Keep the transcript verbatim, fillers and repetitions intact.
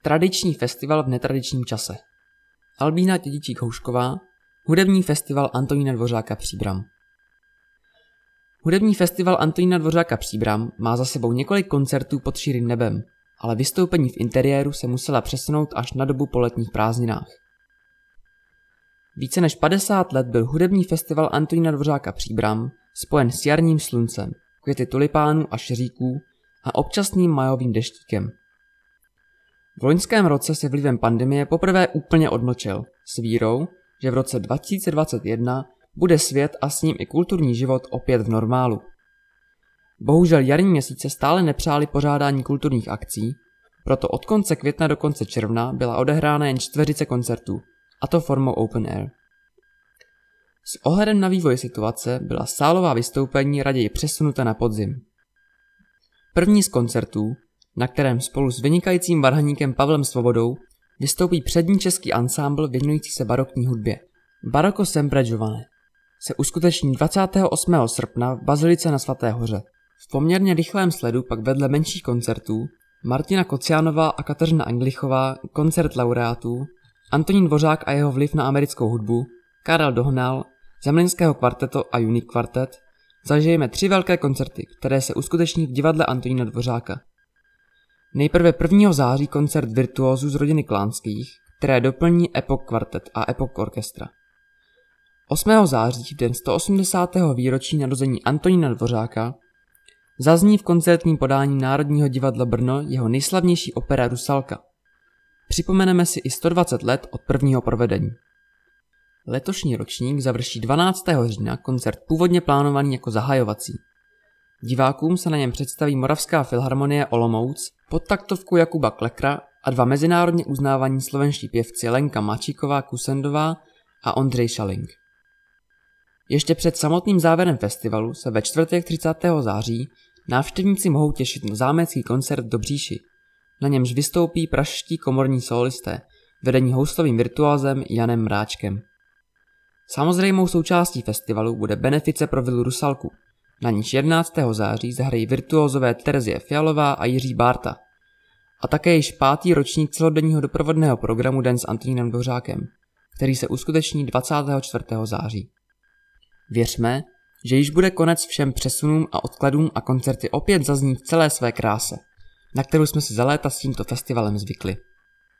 Tradiční festival v netradičním čase. Albína Dědičík-Houšková, hudební festival Antonína Dvořáka Příbram. Hudební festival Antonína Dvořáka Příbram má za sebou několik koncertů pod širým nebem, ale vystoupení v interiéru se musela přesunout až na dobu po letních prázdninách. Více než padesát let byl hudební festival Antonína Dvořáka Příbram spojen s jarním sluncem, květy tulipánů a šeříků a občasným majovým deštíkem. V loňském roce se vlivem pandemie poprvé úplně odmlčel s vírou, že v roce dva tisíce dvacet jedna bude svět a s ním i kulturní život opět v normálu. Bohužel jarní měsíce stále nepřáli pořádání kulturních akcí, proto od konce května do konce června byla odehrána jen čtveřice koncertů, a to formou open air. S ohledem na vývoj situace byla sálová vystoupení raději přesunuta na podzim. První z koncertů, na kterém spolu s vynikajícím varhaníkem Pavlem Svobodou vystoupí přední český ansámbl věnující se barokní hudbě, Barocco Sempre Giovane, se uskuteční dvacátého osmého srpna v Bazilice na Svaté hoře. V poměrně rychlém sledu pak vedle menších koncertů Martina Kociánová a Kateřina Anglichová koncert laureátů, Antonín Dvořák a jeho vliv na americkou hudbu, Karel Dohnal, Zemlinského kvarteto a Unique kvartet, zažijeme tři velké koncerty, které se uskuteční v divadle Antonína Dvořáka. Nejprve prvního září koncert virtuózů z rodiny Klánských, které doplní Epoch kvartet a Epoch orchestra. osmého září, v den sto osmdesátého výročí narození Antonína Dvořáka, zazní v koncertním podání Národního divadla Brno jeho nejslavnější opera Rusalka. Připomeneme si i sto dvacet let od prvního provedení. Letošní ročník završí dvanáctého října koncert původně plánovaný jako zahajovací. Divákům se na něm představí Moravská filharmonie Olomouc pod taktovku Jakuba Klekra a dva mezinárodně uznávaní slovenští pěvci Lenka Mačíková Kusendová a Ondřej Šalink. Ještě před samotným závěrem festivalu se ve čtvrtek třicátého září návštěvníci mohou těšit na zámecký koncert v Dobříši. Na němž vystoupí pražští komorní solisté, vedení houslovým virtuózem Janem Mráčkem. Samozřejmou součástí festivalu bude benefice pro vilu Rusalku, na níž jedenáctého září zahrají virtuózové Terezie Fialová a Jiří Bárta, a také již pátý ročník celodenního doprovodného programu Den s Antonínem Dvořákem, který se uskuteční dvacátého čtvrtého září. Věřme, že již bude konec všem přesunům a odkladům a koncerty opět zazní v celé své kráse, na kterou jsme si za léta s tímto festivalem zvykli.